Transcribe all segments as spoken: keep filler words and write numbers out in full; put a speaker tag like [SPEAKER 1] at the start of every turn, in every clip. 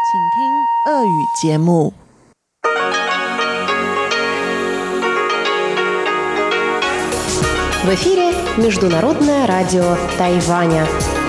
[SPEAKER 1] 请听俄语节目。
[SPEAKER 2] В эфире Международное радио Тайваня.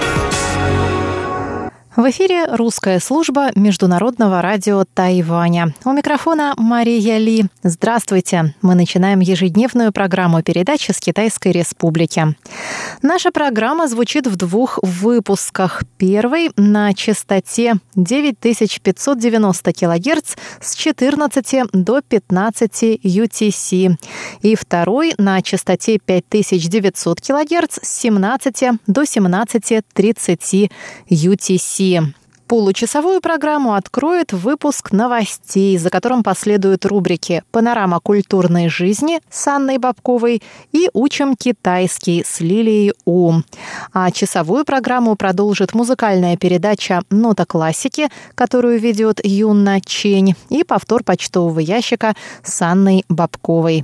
[SPEAKER 2] В эфире русская служба Международного радио Тайваня. У микрофона Мария Ли. Здравствуйте. Мы начинаем ежедневную программу передач из Китайской Республики. Наша программа звучит в двух выпусках. Первый на частоте девять тысяч пятьсот девяносто килогерц с четырнадцати до пятнадцати ю ти си. И второй на частоте пять тысяч девятьсот килогерц с семнадцати до семнадцати тридцати ю ти си. Получасовую программу откроет выпуск новостей, за которым последуют рубрики «Панорама культурной жизни» с Анной Бабковой и «Учим китайский» с Лилией У. А часовую программу продолжит музыкальная передача «Нота классики», которую ведет Юнна Чень, и повтор почтового ящика с Анной Бабковой.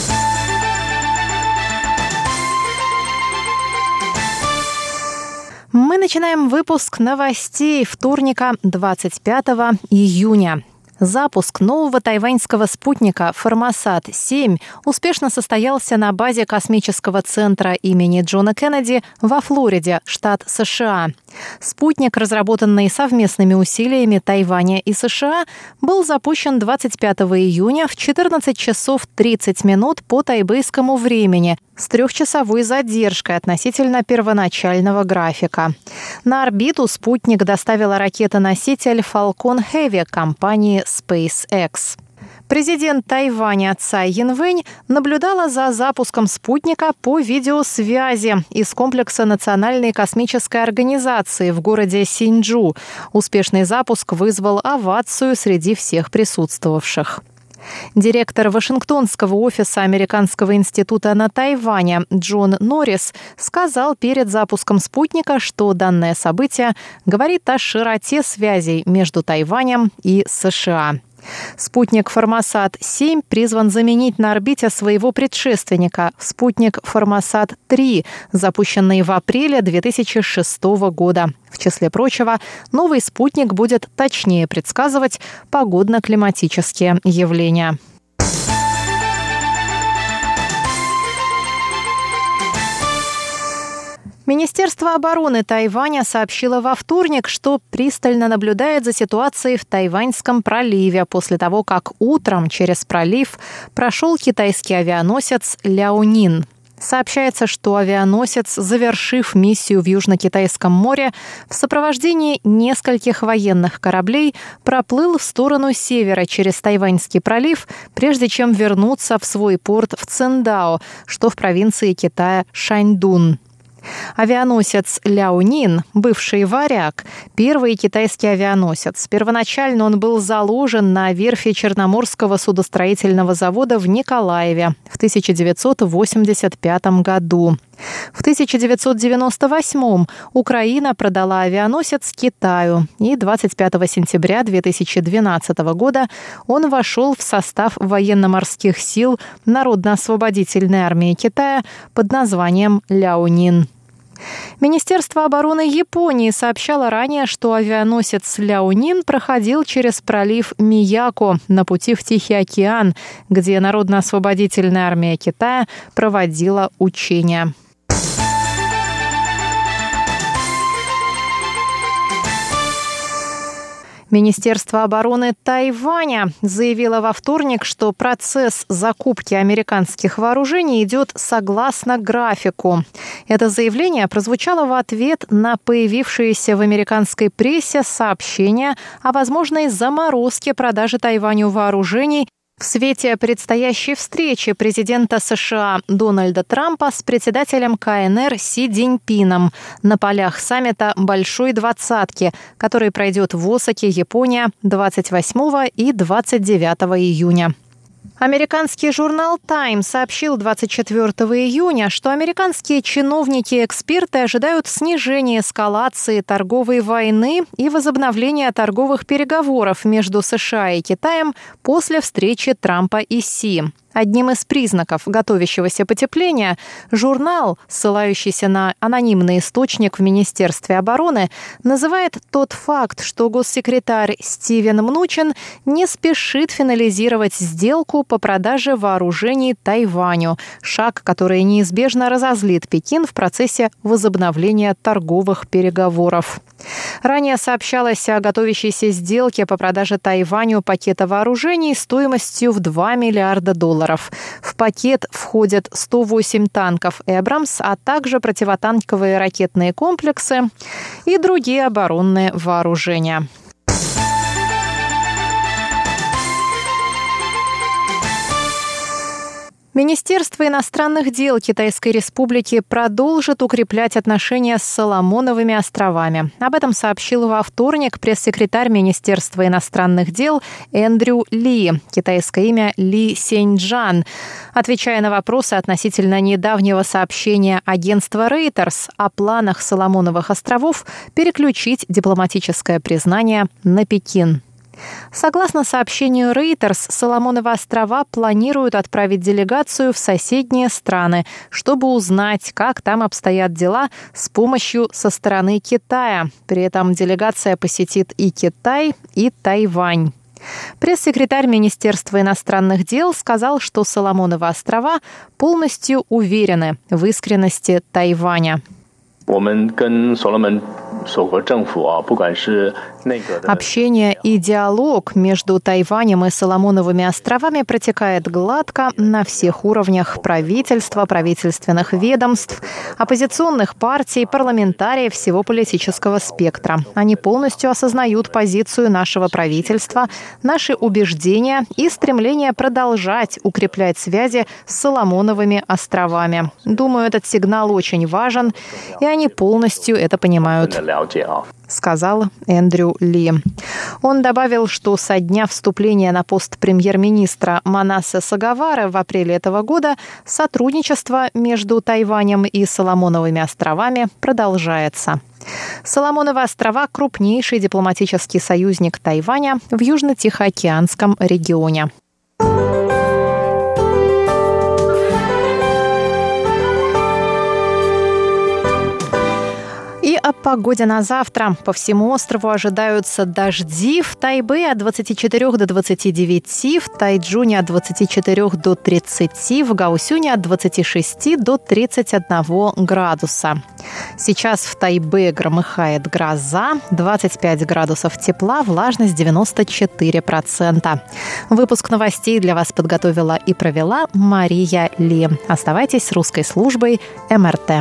[SPEAKER 2] Мы начинаем выпуск новостей вторника, двадцать пятого июня. Запуск нового тайваньского спутника «Формосат семь» успешно состоялся на базе космического центра имени Джона Кеннеди во Флориде, штат США. Спутник, разработанный совместными усилиями Тайваня и США, был запущен двадцать пятого июня в четырнадцать часов тридцать минут по тайбэйскому времени с трехчасовой задержкой относительно первоначального графика. На орбиту спутник доставила ракета-носитель Falcon Heavy компании SpaceX. Президент Тайваня Цай Янвэнь наблюдала за запуском спутника по видеосвязи из комплекса Национальной космической организации в городе Синьчжу. Успешный запуск вызвал овацию среди всех присутствовавших. Директор Вашингтонского офиса Американского института на Тайване Джон Норрис сказал перед запуском спутника, что данное событие говорит о широте связей между Тайванем и США. Спутник «Формосат семь» призван заменить на орбите своего предшественника, спутник «Формосат три», запущенный в апреле две тысячи шестого года. В числе прочего, новый спутник будет точнее предсказывать погодно-климатические явления. Министерство обороны Тайваня сообщило во вторник, что пристально наблюдает за ситуацией в Тайваньском проливе после того, как утром через пролив прошел китайский авианосец «Ляонин». Сообщается, что авианосец, завершив миссию в Южно-Китайском море, в сопровождении нескольких военных кораблей проплыл в сторону севера через Тайваньский пролив, прежде чем вернуться в свой порт в Циндао, что в провинции Китая Шаньдун. Авианосец «Ляонин», бывший «Варяг», первый китайский авианосец. Первоначально он был заложен на верфи Черноморского судостроительного завода в Николаеве в тысяча девятьсот восемьдесят пятом году. В тысяча девятьсот девяносто восьмом Украина продала авианосец Китаю, и двадцать пятого сентября две тысячи двенадцатого года он вошел в состав военно-морских сил Народно-освободительной армии Китая под названием «Ляонин». Министерство обороны Японии сообщало ранее, что авианосец «Ляонин» проходил через пролив Мияко на пути в Тихий океан, где Народно-освободительная армия Китая проводила учения. Министерство обороны Тайваня заявило во вторник, что процесс закупки американских вооружений идет согласно графику. Это заявление прозвучало в ответ на появившиеся в американской прессе сообщения о возможной заморозке продажи Тайваню вооружений в свете предстоящей встречи президента США Дональда Трампа с председателем ка эн эр Си Цзиньпином на полях саммита «Большой двадцатки», который пройдет в Осаке, Япония, двадцать восьмого и двадцать девятого июня. Американский журнал «Тайм» сообщил двадцать четвёртого июня, что американские чиновники и эксперты ожидают снижения эскалации торговой войны и возобновления торговых переговоров между США и Китаем после встречи Трампа и Си. Одним из признаков готовящегося потепления журнал, ссылающийся на анонимный источник в Министерстве обороны, называет тот факт, что госсекретарь Стивен Мнучин не спешит финализировать сделку по продаже вооружений Тайваню, шаг, который неизбежно разозлит Пекин в процессе возобновления торговых переговоров. Ранее сообщалось о готовящейся сделке по продаже Тайваню пакета вооружений стоимостью в два миллиарда долларов. В пакет входят сто восемь танков «Эбрамс», а также противотанковые ракетные комплексы и другие оборонные вооружения. Министерство иностранных дел Китайской Республики продолжит укреплять отношения с Соломоновыми островами. Об этом сообщил во вторник пресс-секретарь Министерства иностранных дел Эндрю Ли, китайское имя Ли Сяньчжан, отвечая на вопросы относительно недавнего сообщения агентства Reuters о планах Соломоновых островов переключить дипломатическое признание на Пекин. Согласно сообщению Reuters, Соломоновы острова планируют отправить делегацию в соседние страны, чтобы узнать, как там обстоят дела с помощью со стороны Китая. При этом делегация посетит и Китай, и Тайвань. Пресс-секретарь Министерства иностранных дел сказал, что Соломоновы острова полностью уверены в искренности Тайваня. Общение и диалог между Тайванем и Соломоновыми островами протекает гладко на всех уровнях правительства, правительственных ведомств, оппозиционных партий, парламентариев всего политического спектра. Они полностью осознают позицию нашего правительства, наши убеждения и стремление продолжать укреплять связи с Соломоновыми островами. Думаю, этот сигнал очень важен, и они полностью это понимают, сказал Эндрю Ли. Он добавил, что со дня вступления на пост премьер-министра Манассе Сагавары в апреле этого года сотрудничество между Тайванем и Соломоновыми островами продолжается. Соломоновы острова – крупнейший дипломатический союзник Тайваня в Южно-Тихоокеанском регионе. И о погоде на завтра. По всему острову ожидаются дожди. В Тайбэе от двадцати четырёх до двадцати девяти, в Тайчжуне от двадцати четырёх до тридцати, в Гаосюне от двадцати шести до тридцати одного градуса. Сейчас в Тайбэе громыхает гроза, двадцать пять градусов тепла, влажность девяносто четыре процента. Выпуск новостей для вас подготовила и провела Мария Ли. Оставайтесь с русской службой эм эр тэ.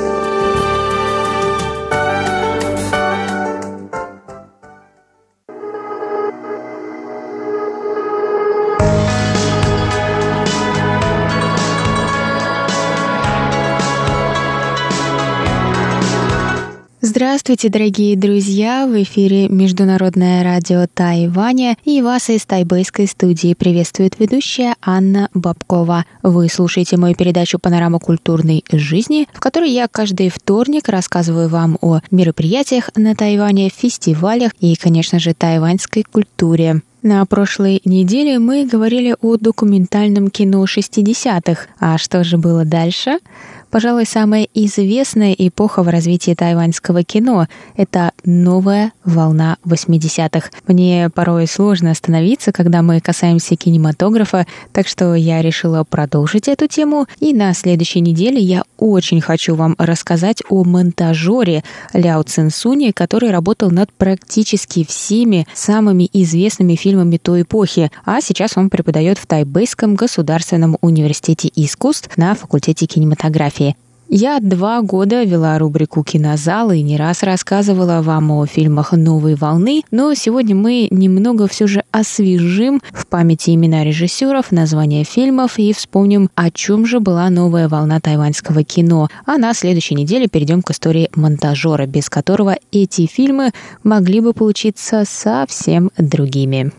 [SPEAKER 3] Здравствуйте, дорогие друзья! В эфире Международное радио Тайваня, и вас из тайбэйской студии приветствует ведущая Анна Бабкова. Вы слушаете мою передачу «Панорама культурной жизни», в которой я каждый вторник рассказываю вам о мероприятиях на Тайване, фестивалях и, конечно же, тайваньской культуре. На прошлой неделе мы говорили о документальном кино шестидесятых. А что же было дальше? Пожалуй, самая известная эпоха в развитии тайваньского кино – это новая волна восьмидесятых. Мне порой сложно остановиться, когда мы касаемся кинематографа, так что я решила продолжить эту тему. И на следующей неделе я очень хочу вам рассказать о монтажере Ляо Цинсуне, который работал над практически всеми самыми известными фильмами той эпохи, а сейчас он преподает в Тайбэйском государственном университете искусств на факультете кинематографии. Я два года вела рубрику «Кинозал» и не раз рассказывала вам о фильмах новой волны, но сегодня мы немного все же освежим в памяти имена режиссеров, названия фильмов и вспомним, о чем же была новая волна тайваньского кино. А на следующей неделе перейдем к истории монтажера, без которого эти фильмы могли бы получиться совсем другими.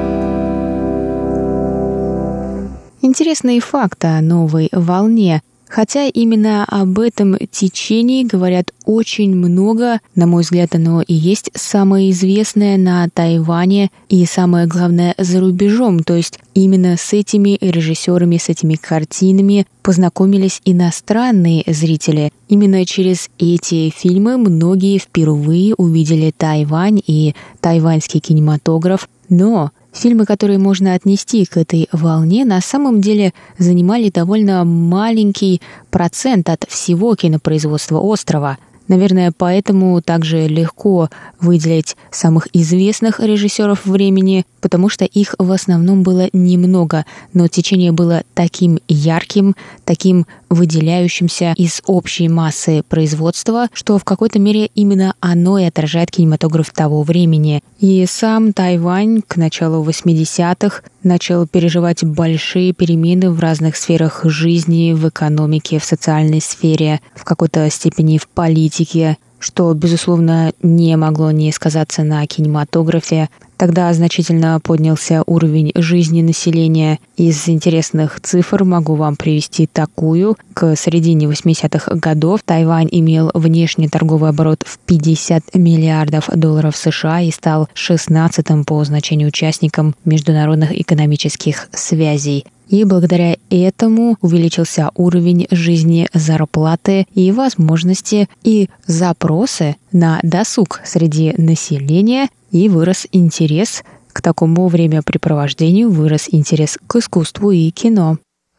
[SPEAKER 3] Интересный факт о новой волне. Хотя именно об этом течении говорят очень много, на мой взгляд, оно и есть самое известное на Тайване и самое главное за рубежом, то есть именно с этими режиссерами, с этими картинами познакомились иностранные зрители. Именно через эти фильмы многие впервые увидели Тайвань и тайваньский кинематограф, но фильмы, которые можно отнести к этой волне, на самом деле занимали довольно маленький процент от всего кинопроизводства острова. Наверное, поэтому также легко выделить самых известных режиссеров времени, потому что их в основном было немного, но течение было таким ярким, таким выделяющимся из общей массы производства, что в какой-то мере именно оно и отражает кинематограф того времени. И сам Тайвань к началу восьмидесятых начал переживать большие перемены в разных сферах жизни, в экономике, в социальной сфере, в какой-то степени в политике, что, безусловно, не могло не сказаться на кинематографе. Тогда значительно поднялся уровень жизни населения. Из интересных цифр могу вам привести такую. К середине восьмидесятых годов Тайвань имел внешний торговый оборот в пятьдесят миллиардов долларов США и стал шестнадцатым по значению участником международных экономических связей. И благодаря этому увеличился уровень жизни, зарплаты и возможности и запросы на досуг среди населения, и вырос интерес к такому времяпрепровождению, вырос интерес к искусству и кино.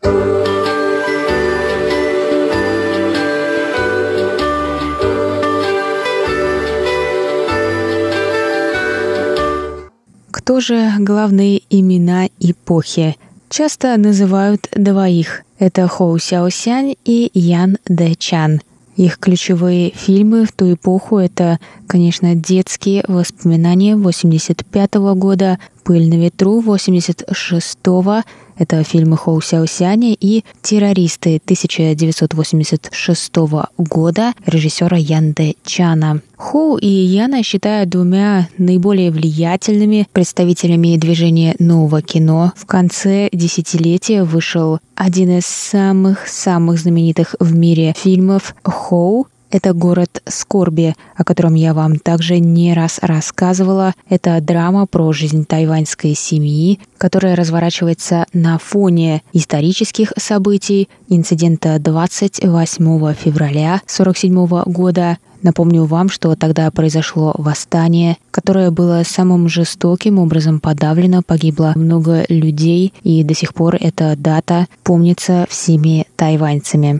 [SPEAKER 3] Кто же главные имена эпохи? Часто называют двоих. Это Хоу Сяосянь и Ян Дэчан. Их ключевые фильмы в ту эпоху — это, конечно, «Детские воспоминания» восемьдесят пятого года, «Пыль на ветру» восемьдесят шестого, это фильмы Хоу Сяосяня, и «Террористы» тысяча девятьсот восемьдесят шестого года режиссера Ян Дэчана. Хоу и Яна считают двумя наиболее влиятельными представителями движения нового кино. В конце десятилетия вышел один из самых-самых знаменитых в мире фильмов «Хоу». Это «Город скорби», о котором я вам также не раз рассказывала. Это драма про жизнь тайваньской семьи, которая разворачивается на фоне исторических событий инцидента двадцать восьмого февраля сорок седьмого года. Напомню вам, что тогда произошло восстание, которое было самым жестоким образом подавлено, погибло много людей, и до сих пор эта дата помнится всеми тайваньцами.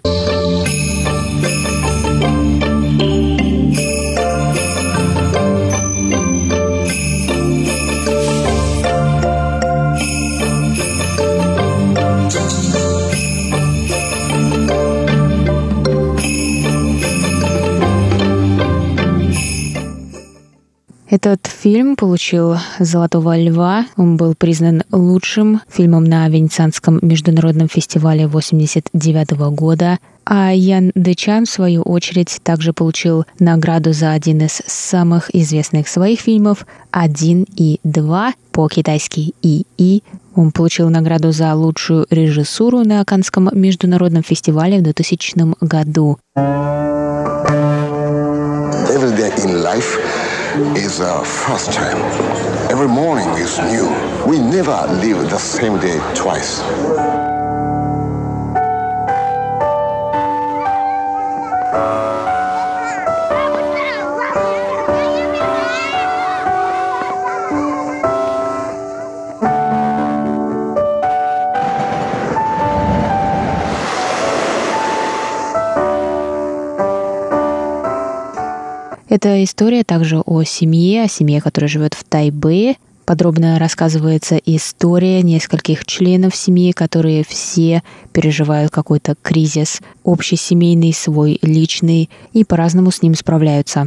[SPEAKER 3] Этот фильм получил «Золотого льва». Он был признан лучшим фильмом на Венецианском международном фестивале восемьдесят девятого года. А Ян Дэчан, в свою очередь, также получил награду за один из самых известных своих фильмов «Один и два», по-китайски «И и». Он получил награду за лучшую режиссуру на Каннском международном фестивале в двухтысячном году.
[SPEAKER 4] Is our first time. Every morning is new. We never live the same day twice.
[SPEAKER 3] Это история также о семье, о семье, которая живет в Тайбэе. Подробно рассказывается история нескольких членов семьи, которые все переживают какой-то кризис, общесемейный, свой личный, и по-разному с ним справляются.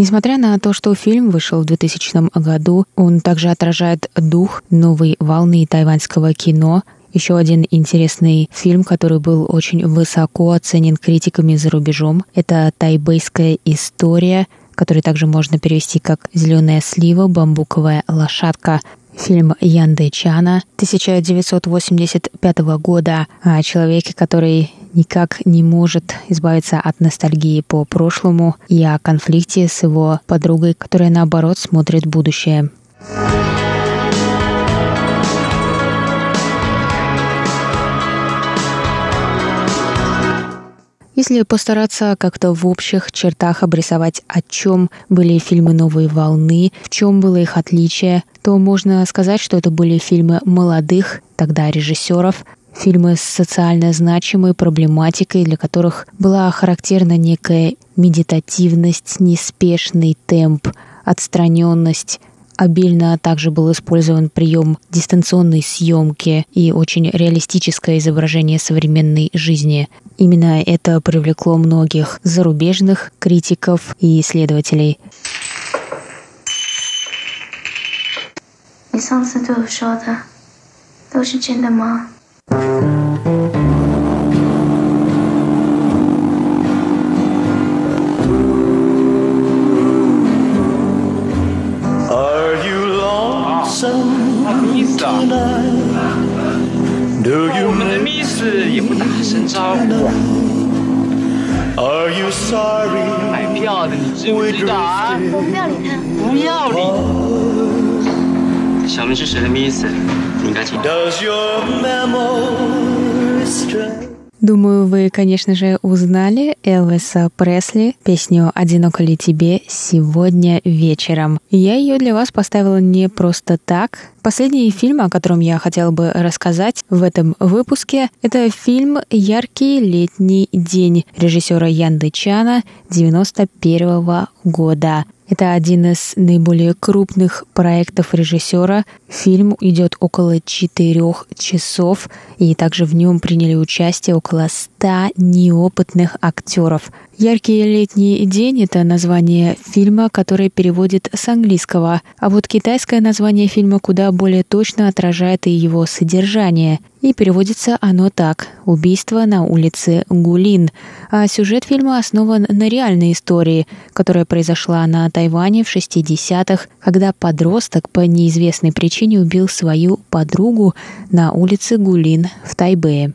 [SPEAKER 3] Несмотря на то, что фильм вышел в двухтысячном году, он также отражает дух новой волны тайваньского кино. Еще один интересный фильм, который был очень высоко оценен критиками за рубежом, это «Тайбэйская история», который также можно перевести как «Зеленая слива, бамбуковая лошадка». Фильм Янды Чана тысяча девятьсот восемьдесят пятого года о человеке, который никак не может избавиться от ностальгии по прошлому, и о конфликте с его подругой, которая, наоборот, смотрит в будущее. Если постараться как-то в общих чертах обрисовать, о чем были фильмы «Новой волны», в чем было их отличие, то можно сказать, что это были фильмы молодых тогда режиссеров, фильмы с социально значимой проблематикой, для которых была характерна некая медитативность, неспешный темп, отстраненность. Обильно также был использован прием дистанционной съемки и очень реалистическое изображение современной жизни. Именно это привлекло многих зарубежных критиков и исследователей.
[SPEAKER 5] 你上次对我说的都是真的吗？
[SPEAKER 6] 我们的密室也不大声招呼。买票的你知不知道啊？
[SPEAKER 5] 我不要理他。
[SPEAKER 6] 不要理。小明是谁的密室？你应该听。
[SPEAKER 3] Думаю, вы, конечно же, узнали Элвиса Пресли, песню «Одиноко ли тебе» сегодня вечером. Я ее для вас поставила не просто так. Последний фильм, о котором я хотела бы рассказать в этом выпуске, это фильм «Яркий летний день» режиссера Янды Чана девяносто первого года. Это один из наиболее крупных проектов режиссера. Фильм идет около четырех часов, и также в нем приняли участие около ста неопытных актеров. «Яркий летний день» — это название фильма, которое переводит с английского, а вот китайское название фильма куда более точно отражает и его содержание. И переводится оно так: «Убийство на улице Гулин». А сюжет фильма основан на реальной истории, которая произошла на Тайване в шестидесятых, когда подросток по неизвестной причине убил свою подругу на улице Гулин в Тайбэе.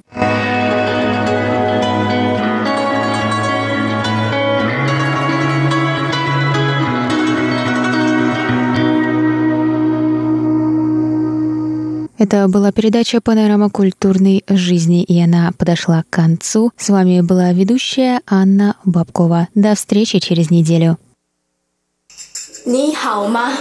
[SPEAKER 3] Это была передача «Панорама культурной жизни», и она подошла к концу. С вами была ведущая Анна Бабкова. До встречи через неделю.
[SPEAKER 5] 你好吗？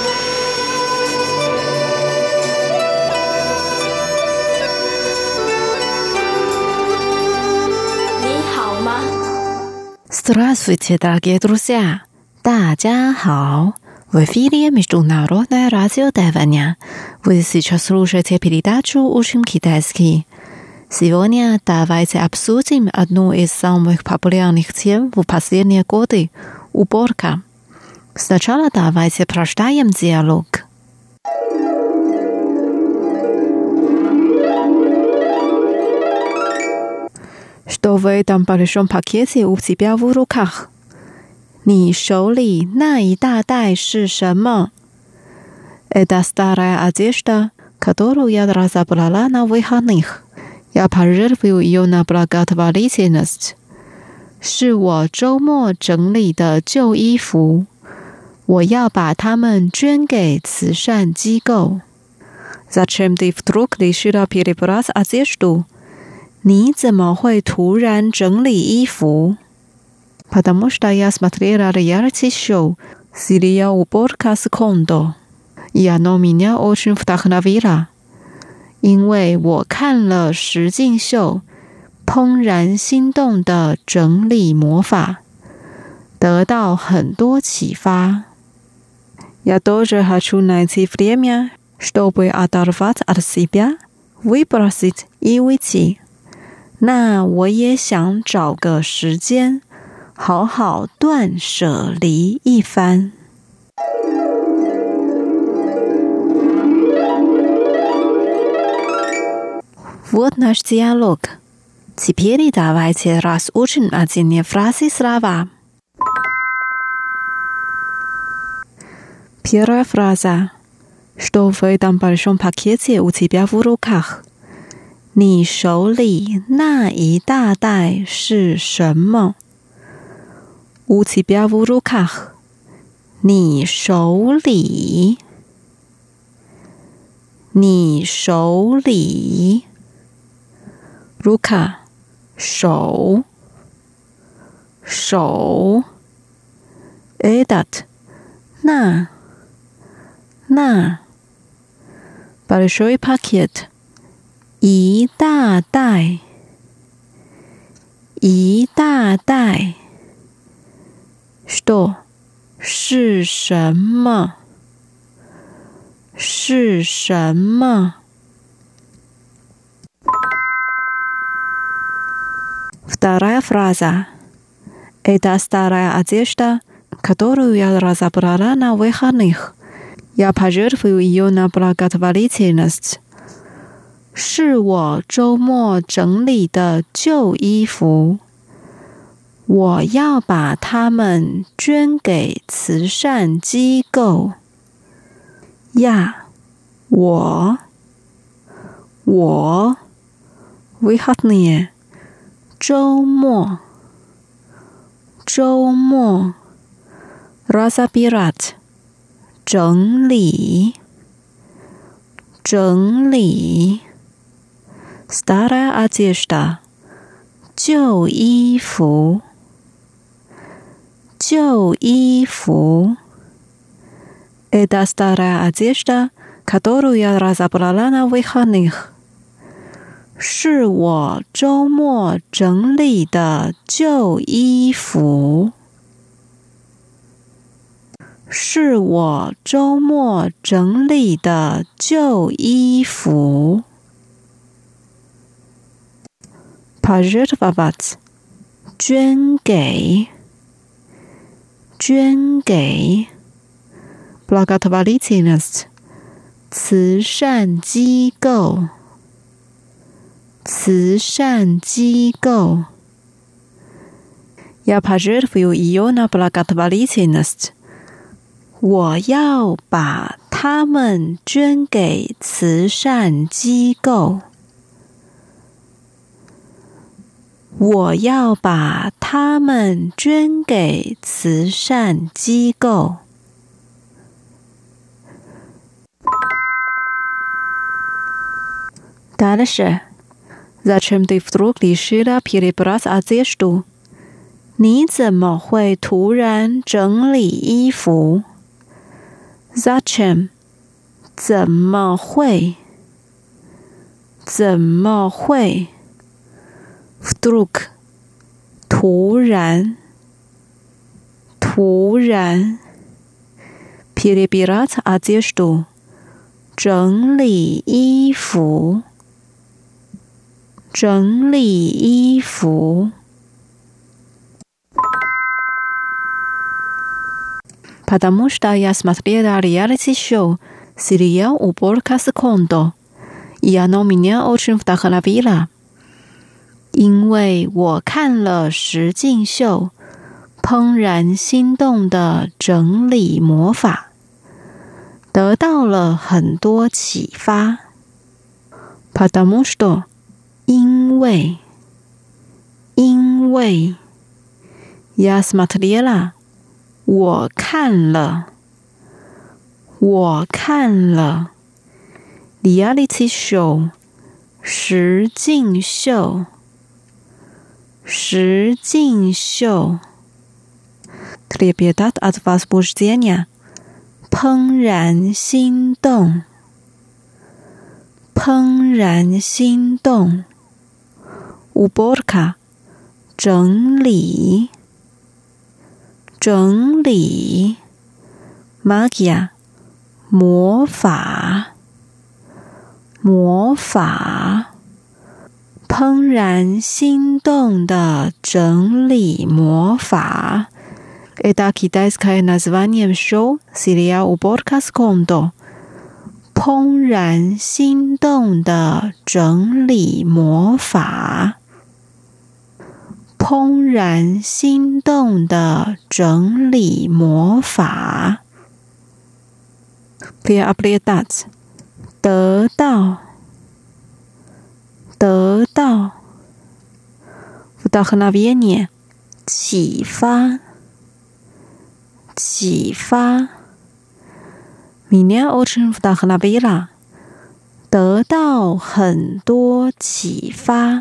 [SPEAKER 5] 你好吗？
[SPEAKER 1] Здравствуйте, дорогие друзья! 大家好! В эфире Международное радио Тайваня. Вы сейчас слушаете передачу «Учим китайский». Сегодня давайте обсудим одну из самых популярных тем в последние годы – уборка. Сначала давайте прочитаем диалог. Что в этом большом пакете у тебя в руках? 你手里那一大袋是什么？ Это старая одежда, которую я разобрала на выходных. Я пожертвую ее на благотворительность. 是我周末整理的旧衣服，我要把它们捐给慈善机构。 Зачем ты вдруг решила перебрать одежду? 你怎么会突然整理衣服？ Потому что я смотрела реалити-шоу «Серия уборка с кондо», и оно меня очень вдохновило. 因为我看了实境秀《怦然心动的整理魔法》，得到很多启发。Я тоже хочу найти время, чтобы оторвать от себя, выбросить и уйти. 那我也想找个时间。 好好断舍离一番。Вот наш диалог. Теперь давайте разучим отдельные фразы слова. Первая фраза. Что в этом большом пакете у тебя в руках? 你手里那一大袋是什么？ У тебя в руках. 你手里，你手里。рука 手，手。этот 那，那。большой пакет 一大袋，一大袋。что 是什么？是什么？ Вторая фраза. Это старая одежда, которую я разобрала на выходных. Я пожертвую ее на благотворительность. 是我周末整理的旧衣服。我要把它们捐给慈善机构。呀，我，我 выходные 周末，周末 разобрать 整理，整理 старая одежда 旧衣服，旧衣服。Это старая одежда, которую я разобрала на выходных. 是我周末整理的旧衣服。是我周末整理的旧衣服。pожертвовать 捐给，捐给。благотворительность 慈善机构，慈善机构。Я пожертвую ее на благотворительность. 我要把它们捐给慈善机构。我要把它们捐给慈善机构。Дальше. Зачем ты вдруг решила перебрать одежду? 你怎么会突然整理衣服？ Зачем? 怎么会？怎么会？ Вдруг 突然，突然。Перебирать одежду 整理衣服，整理衣服。Потому что я смотрела реалити-шоу сериал «Уборка с Кондо», и оно меня очень вдохновило. 因为我看了实境秀《怦然心动》的整理魔法，得到了很多启发。Потому что 因为，因为 я смотрела 我看了，我看了 reality show 实境秀，实境秀 трепетать от возбуждения 怦然心动，怦然心动 уборка 整理，整理 магия 魔法，魔法怦然心动的整理魔法。Это китайское название шоу серия уборка с кондо。怦然心动的整理魔法。怦然心动的整理魔法。Приобретать， 得到，得到。Вдохновение， 启发，启发。Меня очень вдохновило， 得到很多启发，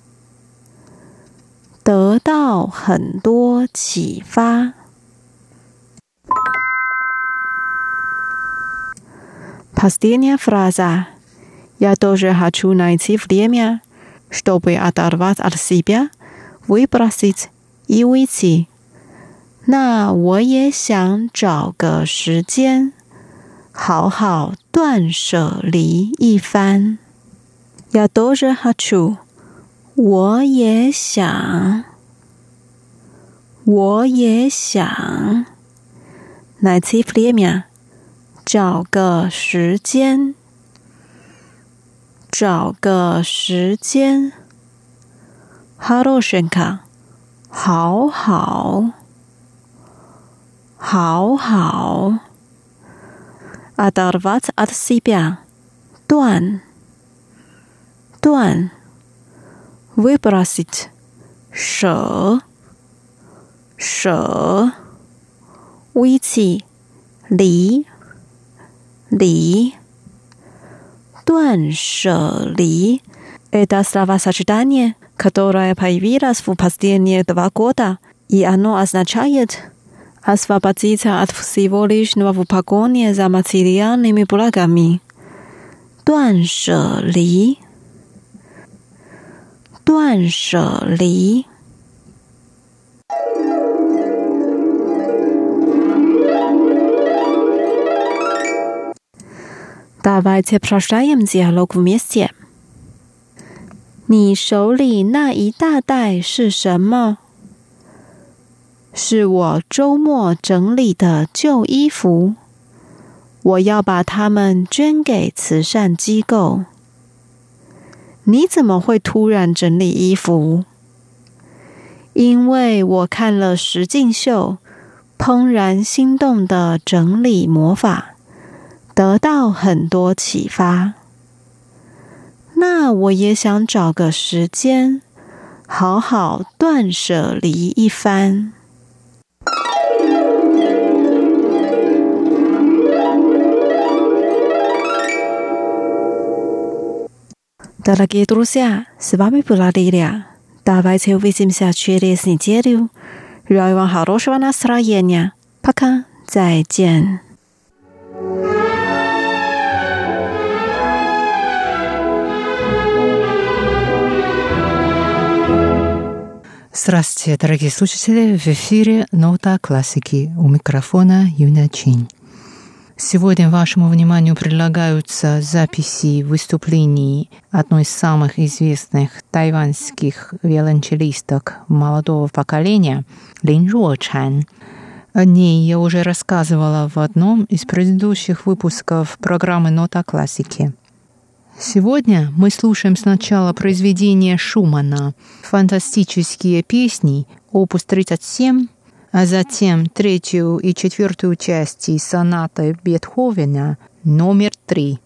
[SPEAKER 1] 得到很多启发。Последняя фраза. Я тоже хочу найти время, чтобы оторвать от себя, выбросить и уйти. 那我也想找个时间，好好断舍离一番。Я тоже хочу， 我也想，我也想。Найти время， 找个时间，找个时间。Хорошенько， 好好，好好。Оторвать от себя， 断，断。Выбросить， 舍，舍。Уйти， 离，离。断舍离。Это словосочетание, которое появилось в последние два года, и оно означает освободиться от всего лишнего в погоне за материальными благами. 断舍离，断舍离。Давайте прочитаем диалог вместе. 你手里那一大袋是什么？是我周末整理的旧衣服，我要把它们捐给慈善机构。你怎么会突然整理衣服？因为我看了实境秀《怦然心动的整理魔法》，得到很多启发。那我也想找个时间，好好断舍离一番。Дорогие друзья, с вами была Лилия. Давайте увидимся через неделю. Желаю вам хорошего настроения. Пока, 再见。
[SPEAKER 7] Здравствуйте, дорогие слушатели! В эфире «Нота классики». У микрофона Юна Чин. Сегодня вашему вниманию предлагаются записи выступлений одной из самых известных тайваньских виолончелисток молодого поколения Лин Руочан. О ней я уже рассказывала в одном из предыдущих выпусков программы «Нота классики». Сегодня мы слушаем сначала произведение Шумана «Фантастические песни», опус тридцать семь, а затем третью и четвертую части сонаты Бетховена номер три.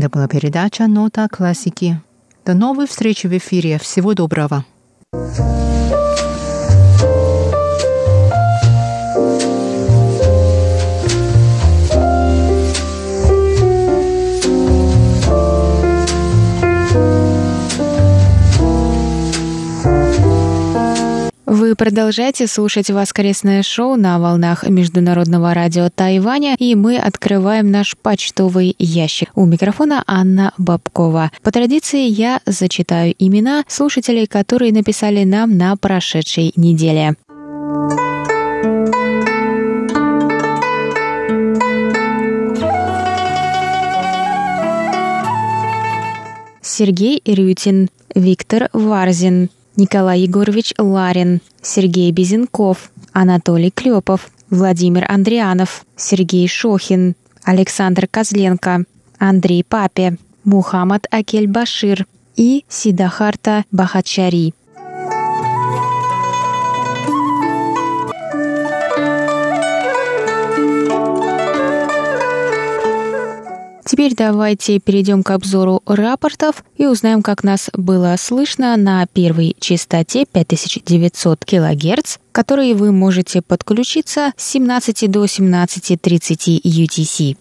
[SPEAKER 7] Это была передача «Нота классики». До новой встречи в эфире. Всего доброго.
[SPEAKER 3] Вы продолжаете слушать воскресное шоу на волнах Международного радио Тайваня, и мы открываем наш почтовый ящик. У микрофона Анна Бабкова. По традиции я зачитаю имена слушателей, которые написали нам на прошедшей неделе. Сергей Рютин, Виктор Варзин, Николай Егорович Ларин, Сергей Безенков, Анатолий Клепов, Владимир Андрианов, Сергей Шохин, Александр Козленко, Андрей Папе, Мухаммад Акель-Башир и Сидахарта Бахачари. Теперь давайте перейдем к обзору рапортов и узнаем, как нас было слышно на первой частоте пять тысяч девятьсот килогерц, к которой вы можете подключиться с семнадцати до семнадцати тридцати ю ти си.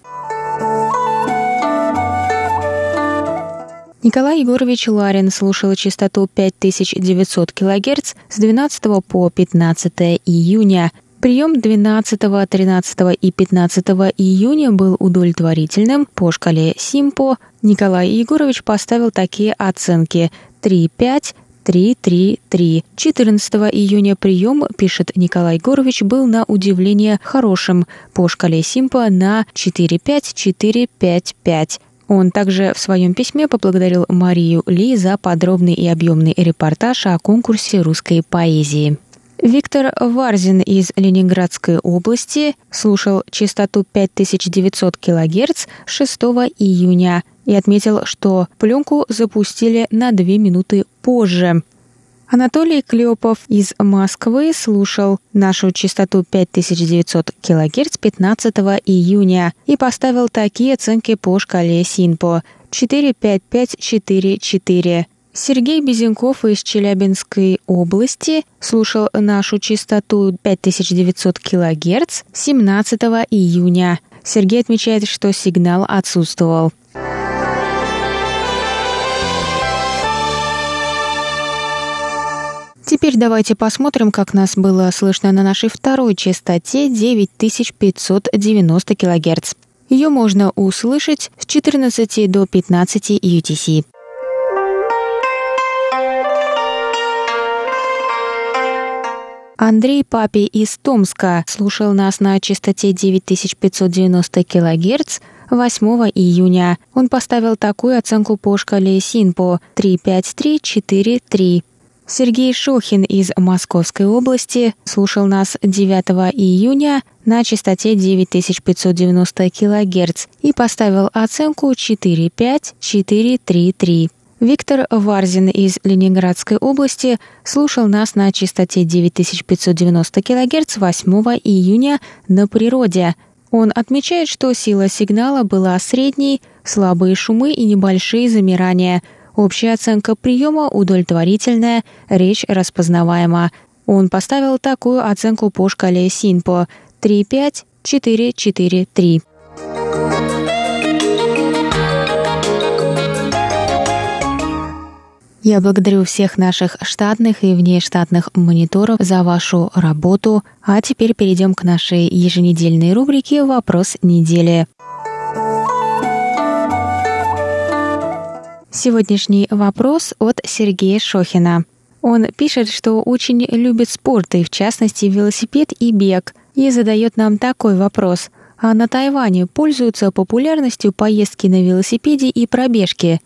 [SPEAKER 3] Николай Егорович Ларин слушал частоту пять тысяч девятьсот килогерц с двенадцатого по пятнадцатое июня. Прием двенадцатого, тринадцатого и пятнадцатого июня был удовлетворительным. По шкале Симпо Николай Егорович поставил такие оценки: три пять, три три три. четырнадцатого июня прием, пишет Николай Егорович, был на удивление хорошим. По шкале Симпо на четыре пять, четыре пять пять. Он также в своем письме поблагодарил Марию Ли за подробный и объемный репортаж о конкурсе русской поэзии. Виктор Варзин из Ленинградской области слушал частоту пять тысяч девятьсот килогерц шестого июня и отметил, что пленку запустили на две минуты позже. Анатолий Клепов из Москвы слушал нашу частоту пять тысяч девятьсот килогерц пятнадцатого июня и поставил такие оценки по шкале Синпо: четыре пять пять четыре четыре. Сергей Безенков из Челябинской области слушал нашу частоту пять тысяч девятьсот килогерц семнадцатого июня. Сергей отмечает, что сигнал отсутствовал. Теперь давайте посмотрим, как нас было слышно на нашей второй частоте девять тысяч пятьсот девяносто килогерц. Ее можно услышать с четырнадцати до пятнадцати ю ти си. Андрей Папе из Томска слушал нас на частоте девять тысяч пятьсот девяносто килогерц восьмого июня. Он поставил такую оценку по шкале Синпо: три пять три четыре три. Сергей Шохин из Московской области слушал нас девятого июня на частоте девять тысяч пятьсот девяносто килогерц и поставил оценку четыре пять четыре три три. Виктор Варзин из Ленинградской области слушал нас на частоте девять тысяч пятьсот девяносто килогерц восьмого июня на природе. Он отмечает, что сила сигнала была средней, слабые шумы и небольшие замирания. Общая оценка приема удовлетворительная, речь распознаваема. Он поставил такую оценку по шкале Синпо: три пять четыре четыре три. Я благодарю всех наших штатных и внештатных мониторов за вашу работу. А теперь перейдем к нашей еженедельной рубрике «Вопрос недели». Сегодняшний вопрос от Сергея Шохина. Он пишет, что очень любит спорт, и в частности велосипед и бег, и задает нам такой вопрос: а на Тайване пользуются популярностью поездки на велосипеде и пробежки?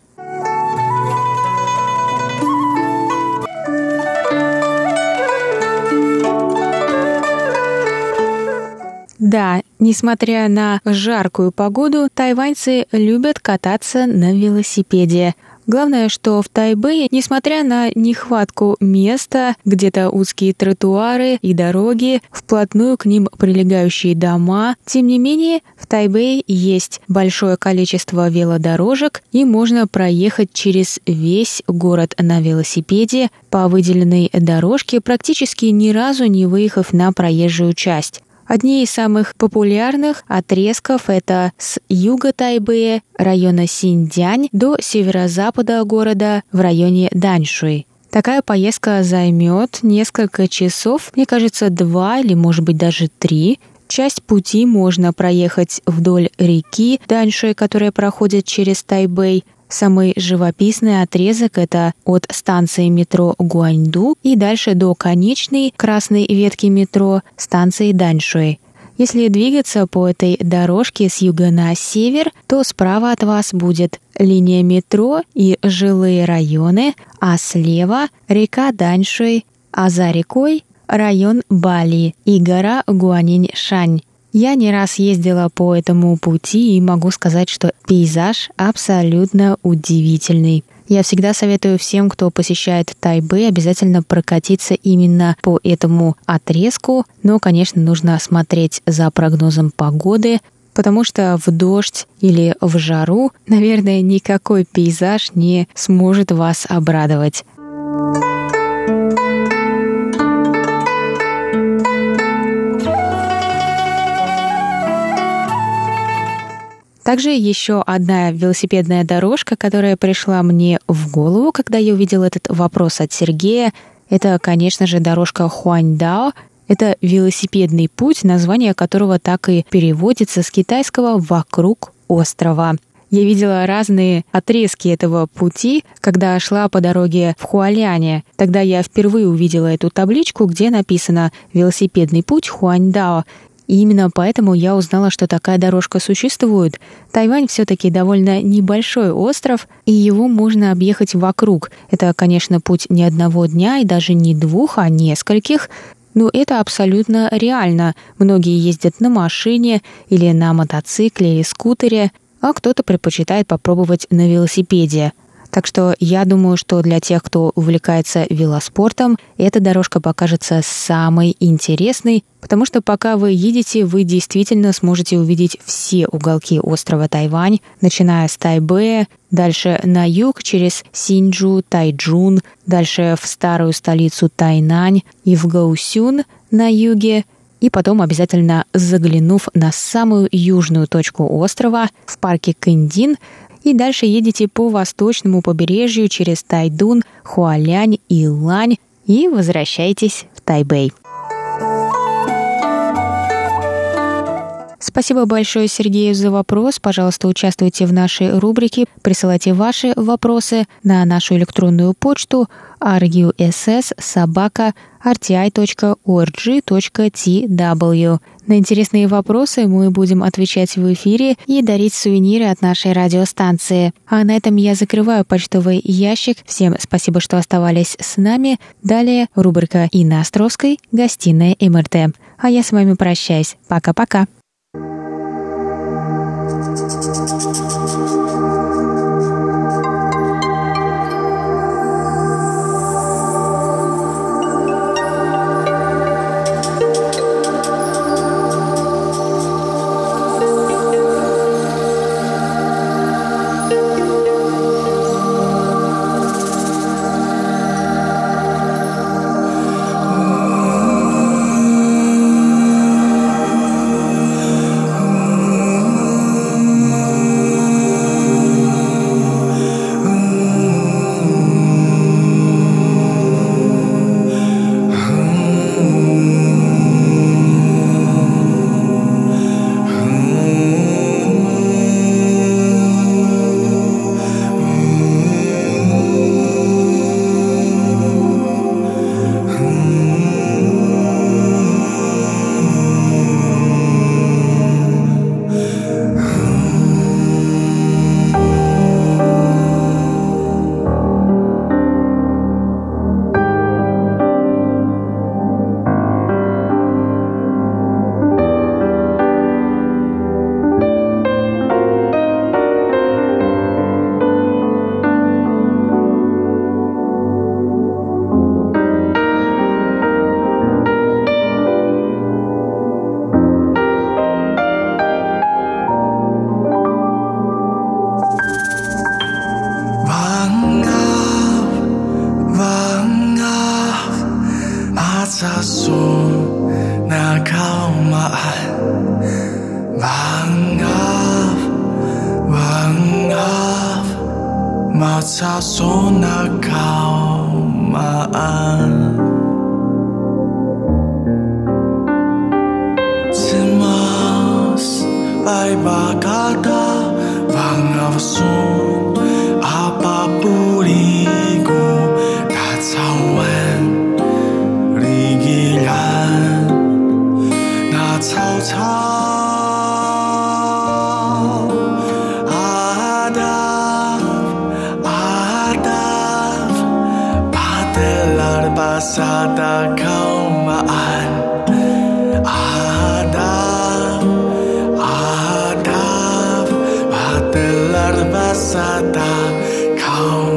[SPEAKER 3] Да, несмотря на жаркую погоду, тайваньцы любят кататься на велосипеде. Главное, что в Тайбэе, несмотря на нехватку места, где-то узкие тротуары и дороги, вплотную к ним прилегающие дома, тем не менее, в Тайбэе есть большое количество велодорожек, и можно проехать через весь город на велосипеде по выделенной дорожке, практически ни разу не выехав на проезжую часть. Одни из самых популярных отрезков – это с юга Тайбэя, района Синьцзянь, до северо-запада города в районе Даньшуй. Такая поездка займет несколько часов, мне кажется, два или, может быть, даже три. Часть пути можно проехать вдоль реки Даньшуй, которая проходит через Тайбэй. Самый живописный отрезок – это от станции метро Гуаньду и дальше до конечной красной ветки метро станции Даньшуй. Если двигаться по этой дорожке с юга на север, то справа от вас будет линия метро и жилые районы, а слева – река Даньшуй, а за рекой – район Бали и гора Гуаниньшань. Я не раз ездила по этому пути и могу сказать, что пейзаж абсолютно удивительный. Я всегда советую всем, кто посещает Тайбэй, обязательно прокатиться именно по этому отрезку. Но, конечно, нужно смотреть за прогнозом погоды, потому что в дождь или в жару, наверное, никакой пейзаж не сможет вас обрадовать. Также еще одна велосипедная дорожка, которая пришла мне в голову, когда я увидела этот вопрос от Сергея, это, конечно же, дорожка Хуаньдао. Это велосипедный путь, название которого так и переводится с китайского «вокруг острова». Я видела разные отрезки этого пути, когда шла по дороге в Хуаляне. Тогда я впервые увидела эту табличку, где написано «Велосипедный путь Хуаньдао». И именно поэтому я узнала, что такая дорожка существует. Тайвань все-таки довольно небольшой остров, и его можно объехать вокруг. Это, конечно, путь не одного дня и даже не двух, а нескольких. Но это абсолютно реально. Многие ездят на машине или на мотоцикле или скутере, а кто-то предпочитает попробовать на велосипеде. Так что я думаю, что для тех, кто увлекается велоспортом, эта дорожка покажется самой интересной, потому что пока вы едете, вы действительно сможете увидеть все уголки острова Тайвань, начиная с Тайбэя, дальше на юг через Синьчжу, Тайчжун, дальше в старую столицу Тайнань и в Гаосюн на юге, и потом обязательно заглянув на самую южную точку острова, в парке Кэндин, и дальше едете по восточному побережью через Тайдун, Хуалянь и Илань и возвращаетесь в Тайбэй. Спасибо большое Сергею за вопрос. Пожалуйста, участвуйте в нашей рубрике. Присылайте ваши вопросы на нашу электронную почту ар ю эс эс собака эр ти ай точка орг точка ти дабл ю. На интересные вопросы мы будем отвечать в эфире и дарить сувениры от нашей радиостанции. А на этом я закрываю почтовый ящик. Всем спасибо, что оставались с нами. Далее рубрика Инны Островской «Гостиная эм эр тэ». А я с вами прощаюсь. Пока-пока.
[SPEAKER 6] Matasun na kaumaan Wangaf, wangaf Matasun na kaumaan Timas bay bagada Wangaf sun apapurigu Tatawan草草Adab Adab Padalar basada kaumaan Adab Adab Padalar basada kaumaan